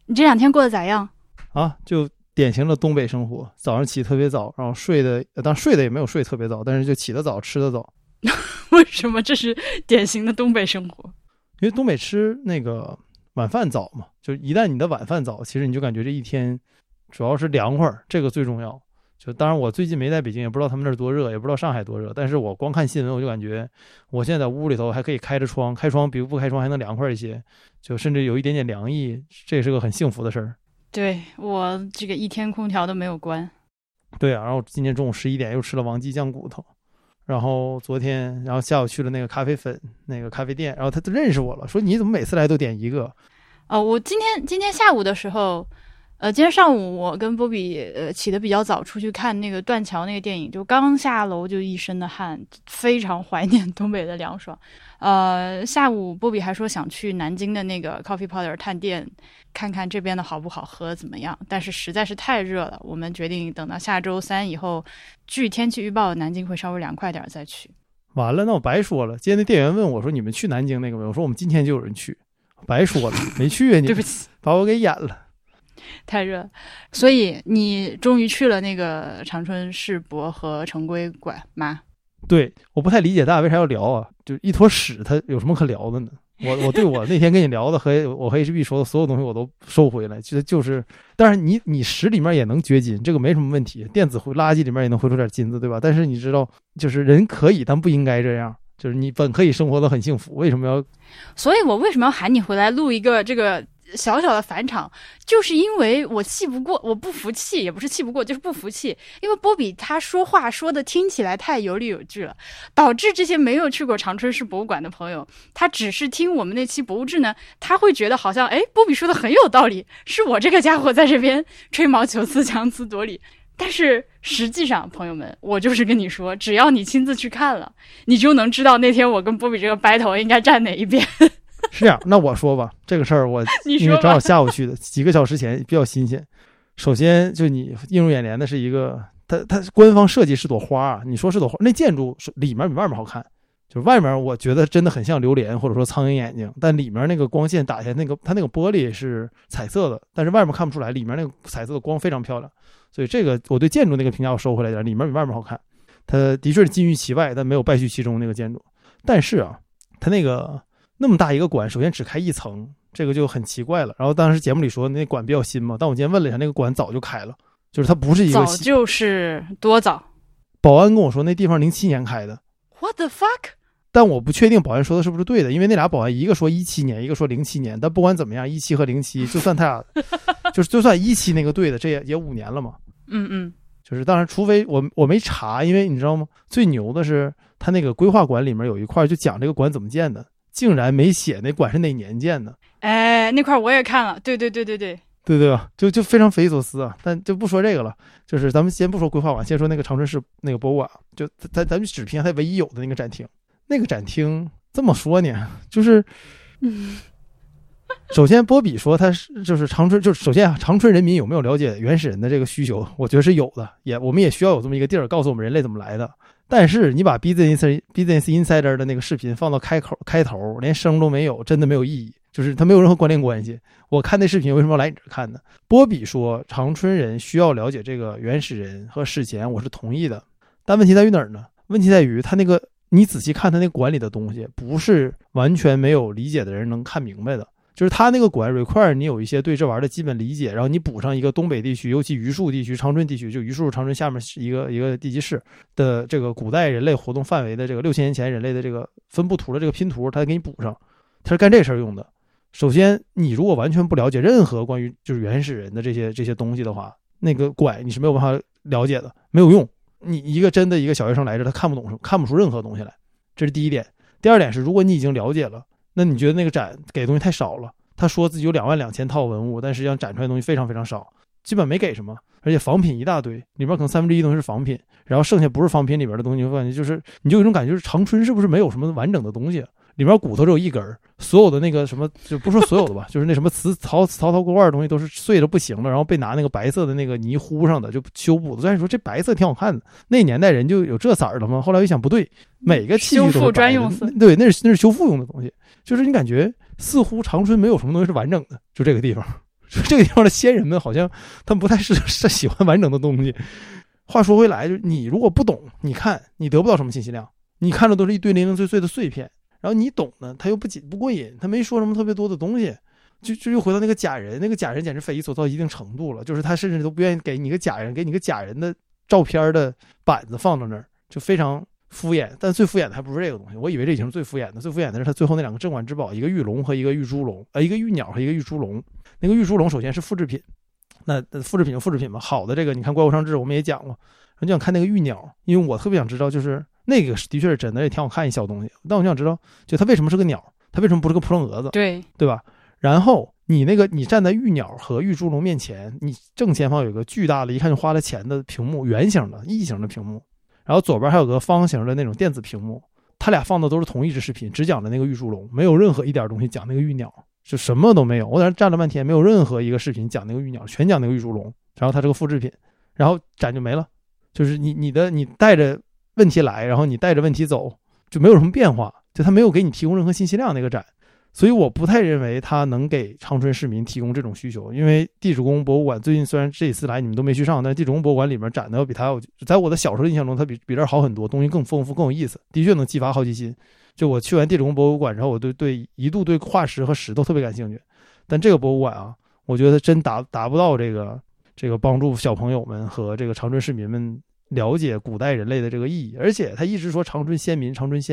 你这2天过得咋样？ 啊，就典型的东北生活，早上起特别早，然后睡的，当然睡的也没有睡特别早，但是就起得早，吃得早。 为什么这是典型的东北生活？ 因为东北吃那个晚饭早嘛，就一旦你的晚饭早，其实你就感觉这一天主要是凉快，这个最重要。就当然我最近没在北京，也不知道他们那儿多热，也不知道上海多热，但是我光看新闻我就感觉我现在在屋里头还可以开着窗，开窗比不开窗还能凉快一些，就甚至有一点点凉意，这也是个很幸福的事儿。 对，我这个一天空调都没有关。 对啊，然后今天中午11点又吃了王记酱骨头，然后昨天然后下午去了那个咖啡粉那个咖啡店，然后他就认识我了，说你怎么每次来都点一个。 我今天下午的时候，今天上午我跟波比起得比较早，出去看那个断桥那个电影，就刚下楼就一身的汗，非常怀念东北的凉爽。下午波比还说想去南京的那个 Coffee Powder 探店，看看这边的好不好喝怎么样，但是实在是太热了，我们决定等到下周3以后，据天气预报南京会稍微凉快点再去。 完了，那我白说了。今天那店员问我说你们去南京那个没有，我说我们今天就有人去，白说了，没去啊你。 对不起， 把我给演了。 太热。所以你终于去了那个长春世博和城规馆吗？ 对，我不太理解大家为啥要聊啊，就一坨屎它有什么可聊的呢？我对我那天跟你聊的和我和 HB 说的所有东西我都收回来，就是当然你屎里面也能掘金，这个没什么问题，电子垃圾里面也能回出点金子，对吧？但是你知道就是人可以但不应该这样，就是你本可以生活得很幸福，为什么要？ 所以我为什么要喊你回来录一个这个小小的返场，就是因为我气不过，我不服气，也不是气不过，就是不服气。因为波比他说话说的听起来太有理有据了，导致这些没有去过长春市博物馆的朋友，他只是听我们那期博物志呢，他会觉得好像波比说的很有道理，是我这个家伙在这边吹毛求疵强词夺理。但是实际上朋友们，我就是跟你说，只要你亲自去看了，你就能知道那天我跟波比这个 battle 应该站哪一边。 是这样，那我说吧，这个事儿我因为正好下午去的，几个小时前比较新鲜。首先就你映入眼帘的是一个，它官方设计是朵花啊，你说是朵花，那建筑里面比外面好看，就是外面我觉得真的很像榴莲或者说苍蝇眼睛，但里面那个光线打下那个它那个玻璃是彩色的，但是外面看不出来，里面那个彩色的光非常漂亮，所以这个我对建筑那个评价我收回来点，里面比外面好看。它的确是金玉其外，但没有败絮其中那个建筑。但是啊，它那个那么大一个馆，首先只开1层，这个就很奇怪了。然后当时节目里说那馆比较新嘛，但我今天问了一下，那个馆早就开了，就是它不是一个早就是多早？ 保安跟我说那地方07年开的。 What the fuck？ 但我不确定保安说的是不是对的，因为那俩保安一个说17年，一个说07年，但不管怎么样，17和07就算他俩就算17那个对的，这也5年了嘛。就是当然除非我没查，因为你知道吗，最牛的是他那个规划馆里面有一块就讲这个馆怎么建的，竟然没写那馆是哪年建的。 那块我也看了，对吧，就非常匪夷所思啊。但就不说这个了，就是咱们先不说规划馆，先说那个长春市那个博物馆，就咱们只评价它唯一有的那个展厅。那个展厅这么说呢，就是首先波比说他是就是长春，就是首先长春人民有没有了解原始人的这个需求，我觉得是有的，我们也需要有这么一个地儿告诉我们人类怎么来的。但是你把 Business Insider 的那个视频放到开头连声都没有，真的没有意义，就是它没有任何关联关系。我看那视频为什么要来你这儿看呢？波比说长春人需要了解这个原始人和史前，我是同意的，但问题在于哪儿呢？问题在于他那个你仔细看他那个馆里的东西，不是完全没有理解的人能看明白的。就是他那个馆 require 你有一些对这玩意儿的基本理解，然后你补上一个东北地区，尤其榆树地区、长春地区，就榆树长春下面是一个地级市的这个古代人类活动范围的这个6000年前人类的这个分布图的这个拼图，他给你补上，他是干这事儿用的。首先你如果完全不了解任何关于就是原始人的这些东西的话，那个馆你是没有办法了解的，没有用。你一个小学生来这，他看不出任何东西来，这是第一点。第二点是，如果你已经了解了，那你觉得那个展给的东西太少了。他说自己有22000套文物，但实际上展出来的东西非常非常少，基本没给什么，而且仿品一大堆，里面可能1/3东西是仿品，然后剩下不是仿品里边的东西，你会感觉就是你就有一种感觉，就是长春是不是没有什么完整的东西，里面骨头只有1根，所有的那个什么就不说所有的吧，就是那什么槽锅罐的东西都是碎的不行了，然后被拿那个白色的那个泥糊上的就修补的。虽然说这白色挺好看的，那年代人就有这色儿了吗？后来我一想不对，每个器具都是白的，修复专用色，对，那是修复用的东西，就是你感觉似乎长春没有什么东西是完整的，就这个地方。 这个地方的先人们好像他们不太是喜欢完整的东西。话说回来，就是你如果不懂，你看你得不到什么信息量，你看的都是一堆零零碎碎的碎片。然后你懂呢，他又不过瘾，他没说什么特别多的东西。就又回到那个假人，那个假人简直匪夷所思到一定程度了，就是他甚至都不愿意给你个假人，给你个假人的照片的板子放到那儿，就非常敷衍。但最敷衍的还不是这个东西，我以为这已经是最镇馆之宝，最敷衍的是他最后那2个镇馆之宝，一个玉龙和一个玉猪龙，一个玉鸟和一个玉猪龙。那个玉猪龙首先是复制品，那复制品就复制品嘛，好的这个你看怪物上志我们也讲过，就想看那个玉鸟，因为我特别想知道，就是那个的确是真的，也挺好看一小东西，但我想知道就它为什么是个鸟，它为什么不是个扑棱蛾子，对吧？然后你站在玉鸟和玉猪龙面前，你正前方有个巨大的一看就花了钱的屏幕，圆形的异形的屏幕，然后左边还有个方形的那种电子屏幕，他俩放的都是同一支视频，只讲的那个玉猪龙，没有任何一点东西讲那个玉鸟，就什么都没有。我在那站了半天，没有任何一个视频讲那个玉鸟，全讲那个玉猪龙，然后它是个复制品，然后展就没了，就是你带着问题来，然后你带着问题走，就没有什么变化，就他没有给你提供任何信息量那个展。所以我不太认为他能给长春市民提供这种需求，因为地质公博物馆最近虽然这一次来你们都没去上，但是地质公博物馆里面展的要比他，在我的小时候印象中，他比这儿好很多，东西更丰富更有意思，的确能激发好奇心。就我去完地质公博物馆之后，我一度对化石和石头特别感兴趣，但这个博物馆啊，我觉得真达不到这个帮助小朋友们和这个长春市民们了解古代人类的这个意义。而且他一直说长春先民，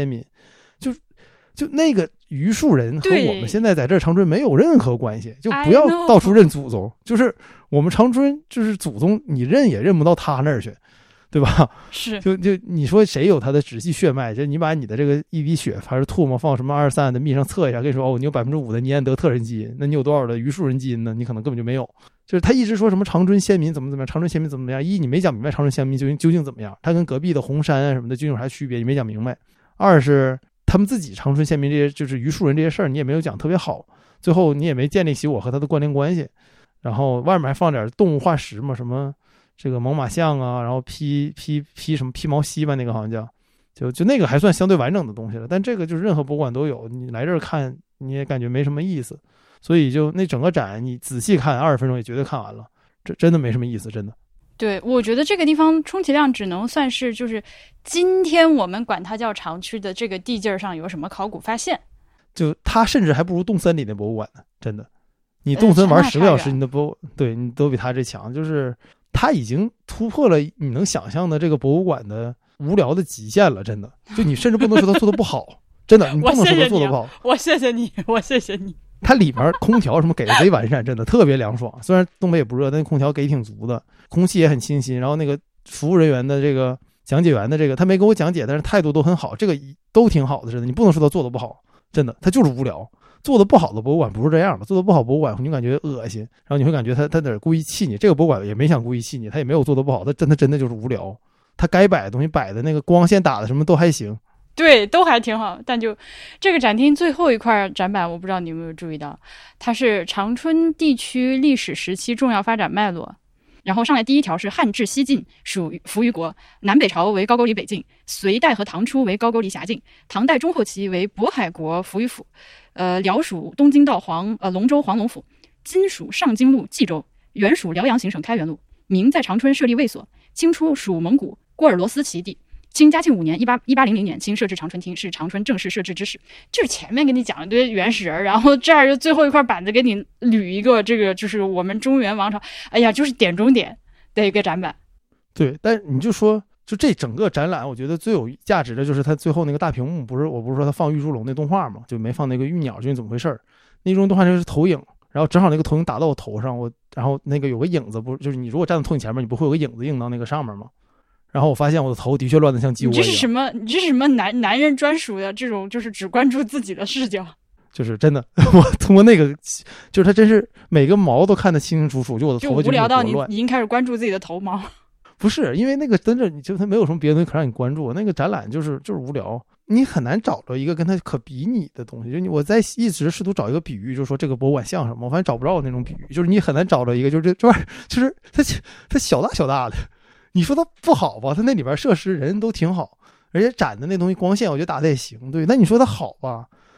就那个榆树人和我们现在在这儿长春没有任何关系，就不要到处认祖宗，就是我们长春就是祖宗你认也认不到他那儿去，对吧？ 是， 就你说谁有他的直系血脉，就你把你的这个一滴血还是唾沫放什么23的密上测一下，跟你说你有5%的尼安德特人基因，那你有多少的榆树人基因呢？你可能根本就没有。就是他一直说什么长春先民怎么样，长春先民怎么样，你没讲明白长春先民究竟怎么样，他跟隔壁的红山啊什么的究竟有啥区别，你没讲明白。二是他们自己长春先民这些就是榆树人这些事儿，你也没有讲特别好，最后你也没建立起我和他的关联关系。然后外面还放点动物化石嘛，什么这个猛犸象啊，然后披什么披毛犀吧，那个好像叫，就那个还算相对完整的东西了。但这个就是任何博物馆都有，你来这儿看你也感觉没什么意思，所以就那整个展你仔细看20分钟也绝对看完了，这真的没什么意思，真的。 对，我觉得这个地方充其量只能算是就是今天我们管它叫长区的这个地界上有什么考古发现， 就它甚至还不如动森里的博物馆呢，真的。你动森玩10个小时，你都对你都比它这强，就是它已经突破了你能想象的这个博物馆的无聊的极限了，真的。就你甚至不能说它做的不好，真的，你不能说它做的不好。 我谢谢你。 它里面空调什么给的贼完善，真的特别凉爽。虽然东北也不热，但空调给挺足的，空气也很清新。然后那个服务人员的这个讲解员的这个，他没给我讲解，但是态度都很好，这个都挺好的，真的。你不能说他做的不好，真的，他就是无聊。做的不好的博物馆不是这样的，做的不好博物馆你感觉恶心，然后你会感觉他在那故意气你。这个博物馆也没想故意气你，他也没有做的不好，他真的就是无聊。他该摆的东西摆的那个光线打的什么都还行。 对，都还挺好。但就这个展厅最后一块展板，我不知道你有没有注意到，它是长春地区历史时期重要发展脉络。然后上来第一条是汉至西晋属扶余国，南北朝为高句丽北境，隋代和唐初为高句丽辖境，唐代中后期为渤海国扶余府，辽属东京道龙州黄龙府，金属上京路冀州，元属辽阳行省开元路，明在长春设立卫所，清初属蒙古郭尔罗斯旗地。清嘉庆5年1800年，清设置长春厅，是长春正式设置之始。就是前面给你讲一堆原始人，然后这儿就最后一块板子给你捋一个，这个就是我们中原王朝，哎呀，就是点中点的一个展板。 对，但你就说，就这整个展览，我觉得最有价值的就是它最后那个大屏幕，我不是说它放玉猪龙那动画嘛，就没放那个玉鸟，究竟怎么回事？那玉猪龙动画就是投影，然后正好那个投影打到我头上，然后那个有个影子，不就是你如果站在投影前面，你不会有个影子映到那个上面吗？然后我发现我的头的确乱得像鸡窝一样。 你这是什么男人专属的这种，就是只关注自己的视角？ 就是真的，我通过那个，就是他真是每个毛都看得清清楚楚，就我的头就无聊到你已经开始关注自己的头毛。 不是，因为那个真的，他没有什么别的东西可让你关注。那个展览就是无聊，你很难找到一个跟他可比拟的东西。就我在一直试图找一个比喻，就是说这个博物馆像什么，我发现找不着那种比喻。就是你很难找到一个，就是这玩意儿，就是它小大的。你说它不好吧，它那里边设施人都挺好，而且展的那东西光线我觉得打的也行，对。但你说它好吧，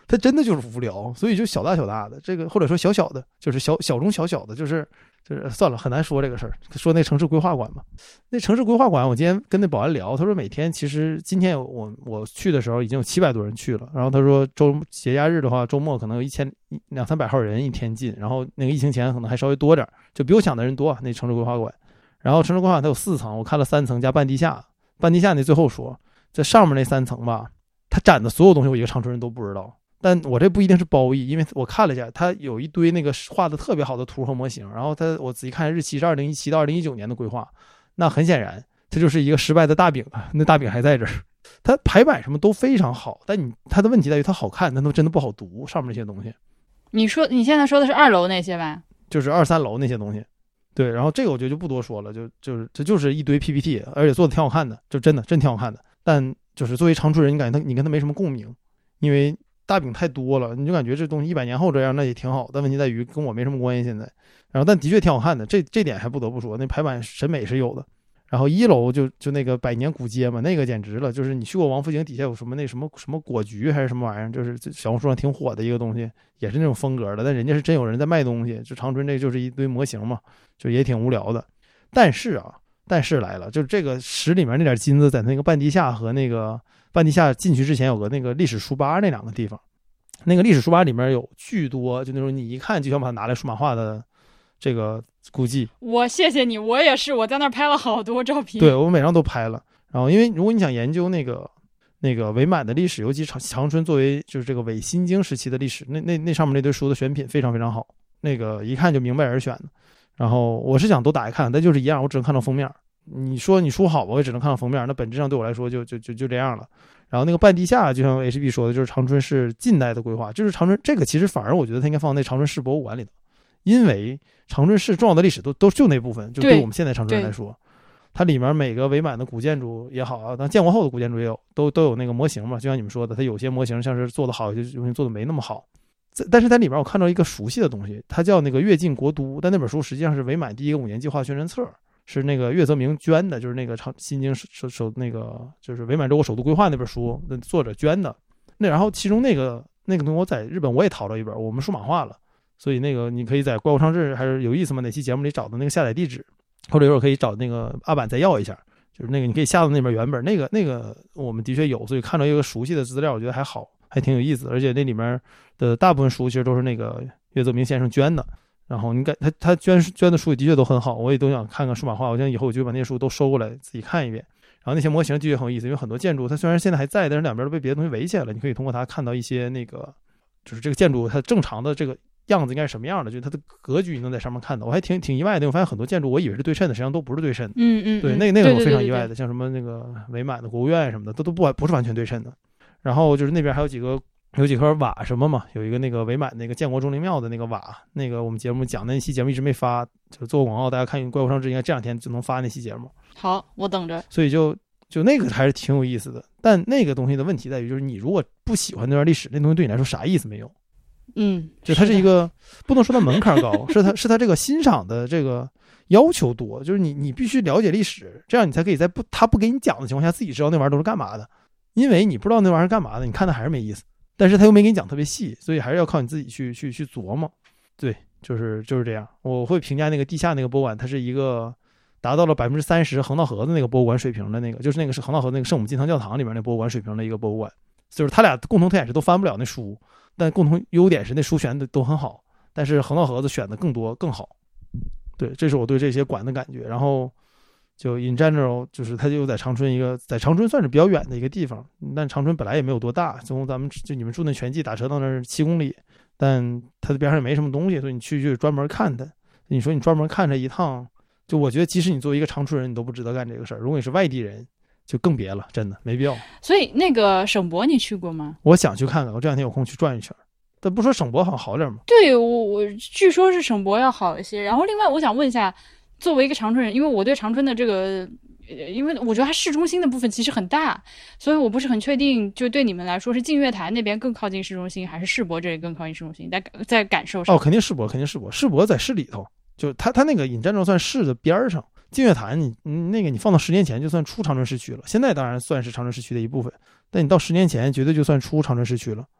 它真的就是无聊，所以就小大小大的这个，或者说小小的，就是小中小小的，就是算了，很难说这个事儿。说那城市规划馆吧，那城市规划馆，我今天跟那保安聊，他说每天其实今天我去的时候已经有700多人去了，然后他说节假日的话，周末可能有200-300号人一天进，然后那个疫情前可能还稍微多点，就比我想的人多。那城市规划馆，然后城市规划馆它有4层，我看了3层加半地下那最后说，在上面那3层吧，它展的所有东西我一个长春人都不知道。但我这不一定是褒义，因为我看了一下，它有一堆那个画的特别好的图和模型，然后我仔细看日期是2017到2019年的规划，那很显然它就是一个失败的大饼，那大饼还在这儿。它排版什么都非常好，但它的问题在于它好看，但它真的不好读上面那些东西。 你现在说的是2楼那些吧？ 就是2、3楼那些东西。对，然后这个我觉得就不多说了，就是这就是一堆 PPT， 而且做的挺好看的，就真挺好看的。但就是作为长春人，你感觉你跟他没什么共鸣，因为大饼太多了，你就感觉这东西100年后这样那也挺好，但问题在于跟我没什么关系现在。然后但的确挺好看的，这点还不得不说，那排版审美是有的。然后1楼就那个百年古街嘛，那个简直了，就是你去过王府井底下有什么那什么果局还是什么玩意儿，就是小红书上挺火的一个东西，也是那种风格的，但人家是真有人在卖东西，就长春这个就是一堆模型嘛，就也挺无聊的。但是来了，就是这个石里面那点金子在那个半地下和那个半地下进去之前有个那个历史书吧那2个地方，那个历史书吧里面有巨多就那种你一看就想把它拿来数码化的这个古迹。 我谢谢你，我也是，我在那儿拍了好多照片。 对，我每张都拍了。然后因为如果你想研究那个伪满的历史，尤其长春作为就是这个伪新京时期的历史，那上面那堆书的选品非常非常好，那个一看就明白而选的。然后我是想都打开看，但就是一样，我只能看到封面。你说你书好，我也只能看到封面，那本质上对我来说就这样了。然后那个半地下，就像 HB 说的，就是长春市近代的规划，就是长春这个其实反而我觉得它应该放在长春市博物馆里头，因为长春市重要的历史都就那部分，就对我们现在长春人来说，它里面每个伪满的古建筑也好啊，但建国后的古建筑也有，都有那个模型嘛，就像你们说的，它有些模型像是做的好，有些做的没那么好。但是在里面我看到一个熟悉的东西，它叫那个跃进国都，但那本书实际上是伪满第一个5年计划宣传册，是那个岳泽明捐的，就是那个新京首那个就是伪满洲国首都规划那本书的作者捐的。那然后其中那个东西我在日本我也淘到一本，我们数码化了，所以那个你可以在怪物上志还是有意思吗哪期节目里找的那个下载地址，或者一会儿可以找那个阿板再要一下，就是那个你可以下到那边原本那个我们的确有，所以看到一个熟悉的资料我觉得还好，还挺有意思，而且那里面的大部分书其实都是那个岳泽明先生捐的。然后你看他捐的书也的确都很好，我也都想看看数码化，我想以后我就把那些书都收过来自己看一遍。然后那些模型的确很有意思，因为很多建筑它虽然现在还在，但是两边都被别的东西围起来了，你可以通过它看到一些那个就是这个建筑它正常的这个样子应该是什么样的，就是它的格局你能在上面看到。我还挺意外的，我发现很多建筑我以为是对称的，实际上都不是对称的。对，那个我非常意外的，像什么那个伪满的国务院什么的都不是完全对称的。然后就是那边还有几颗瓦什么嘛，有一个那个伪满那个建国钟灵庙的那个瓦，那个我们节目讲那期节目一直没发，就是做广告，大家看怪物上志应该这2天就能发那期节目。 好，我等着。 所以就那个还是挺有意思的，但那个东西的问题在于，就是你如果不喜欢那段历史，那东西对你来说啥意思没有。就它是一个不能说它门槛高，是它这个欣赏的这个要求多，就是你必须了解历史，这样你才可以在他不给你讲的情况下自己知道那玩意儿都是干嘛的。因为你不知道那玩意儿干嘛的，你看的还是没意思。但是他又没给你讲特别细，所以还是要靠你自己去琢磨。对，就是这样。我会评价那个地下那个博物馆，它是一个达到了30%横道河的那个博物馆水平的那个，就是那个是横道河那个圣母金堂教堂里面那博物馆水平的一个博物馆。就是他俩共同特点是都翻不了那书，但共同优点是那书选的都很好，但是横道河子选的更多更好。对，这是我对这些馆的感觉。然后就 in general 就是它就在长春在长春算是比较远的一个地方，但长春本来也没有多大，从咱们就你们住那全季打车到那儿7公里，但它的边上也没什么东西，所以你去专门看它。你说你专门看这一趟，就我觉得即使你作为一个长春人，你都不值得干这个事儿。如果你是外地人，就更别了，真的没必要。 所以那个省博你去过吗？ 我想去看看，我这2天有空去转一圈。但不说省博好点吗？ 对，我据说是省博要好一些。然后另外我想问一下，作为一个长春人，因为我对长春的这个，因为我觉得它市中心的部分其实很大，所以我不是很确定，就对你们来说是净月台那边更靠近市中心，还是世博这里更靠近市中心？在感受上。 肯定世博，世博在市里头，就它那个引战中算市的边上。净月潭你放到10年前就算出长春市区了，现在当然算是长春市区的一部分，但你到10年前绝对就算出长春市区了。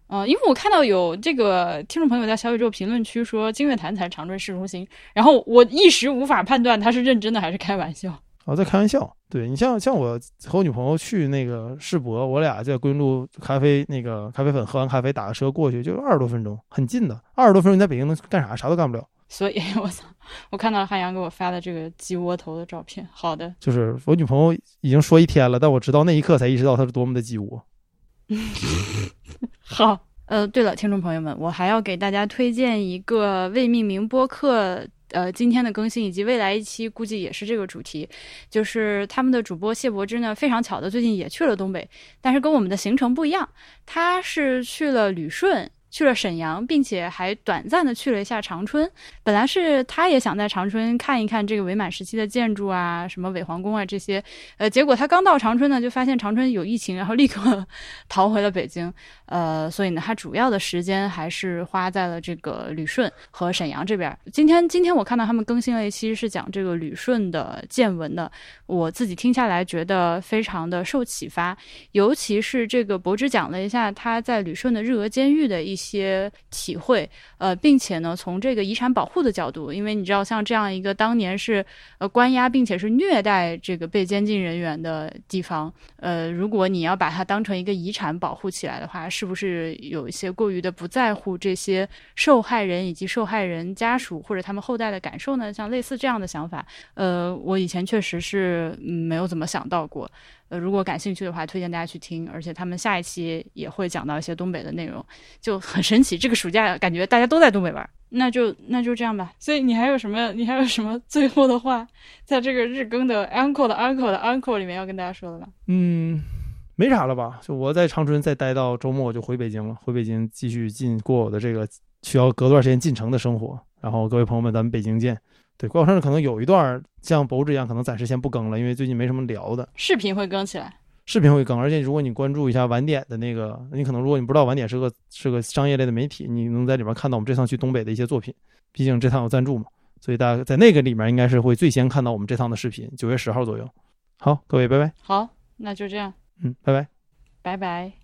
因为我看到有这个听众朋友在小宇宙评论区说金月潭才是长春市中心，然后我一时无法判断他是认真的还是开玩笑。 在开玩笑。对，你像我和我女朋友去那个世博，我俩在归路咖啡那个咖啡粉喝完咖啡打个车过去就20多分钟，很近的。20多分钟你在北京能干啥？啥都干不了。 所以我看到汉阳给我发的这个鸡窝头的照片。好的， 就是我女朋友已经说一天了，但我直到那一刻才意识到她是多么的鸡窝。 好，对了，听众朋友们，我还要给大家推荐一个未命名播客。今天的更新以及未来一期估计也是这个主题，就是他们的主播谢柏芝呢，非常巧的最近也去了东北，但是跟我们的行程不一样，他是去了旅顺，去了沈阳，并且还短暂的去了一下长春。本来是他也想在长春看一看这个伪满时期的建筑啊，什么伪皇宫啊这些，结果他刚到长春呢，就发现长春有疫情，然后立刻逃回了北京。所以呢，他主要的时间还是花在了这个旅顺和沈阳这边。今天我看到他们更新了一期是讲这个旅顺的见闻的，我自己听下来觉得非常的受启发，尤其是这个柏芝讲了一下他在旅顺的日俄监狱的一些体会，并且呢，从这个遗产保护的角度，因为你知道像这样一个当年是关押并且是虐待这个被监禁人员的地方，如果你要把它当成一个遗产保护起来的话，是不是有一些过于的不在乎这些受害人以及受害人家属或者他们后代的感受呢？像类似这样的想法，我以前确实是没有怎么想到过。如果感兴趣的话，推荐大家去听，而且他们下一期也会讲到一些东北的内容，就很神奇。这个暑假感觉大家都在东北玩，那就这样吧。所以你还有什么最后的话，在这个日更的 uncle 里面要跟大家说的吧？ 没啥了吧？就我在长春再待到周末，我就回北京了。回北京继续过我的这个需要隔段时间进城的生活。然后各位朋友们，咱们北京见。对，怪物上可能有一段像博主一样，可能暂时先不更了，因为最近没什么聊的。 视频会更起来， 视频会更，而且如果你关注一下晚点的那个，你可能如果你不知道晚点是个商业类的媒体，你能在里面看到我们这趟去东北的一些作品。毕竟这趟有赞助嘛，所以大家在那个里面应该是会最先看到我们这趟的视频，9月10号左右。好，各位拜拜。 好，那就这样。 拜拜。 拜拜。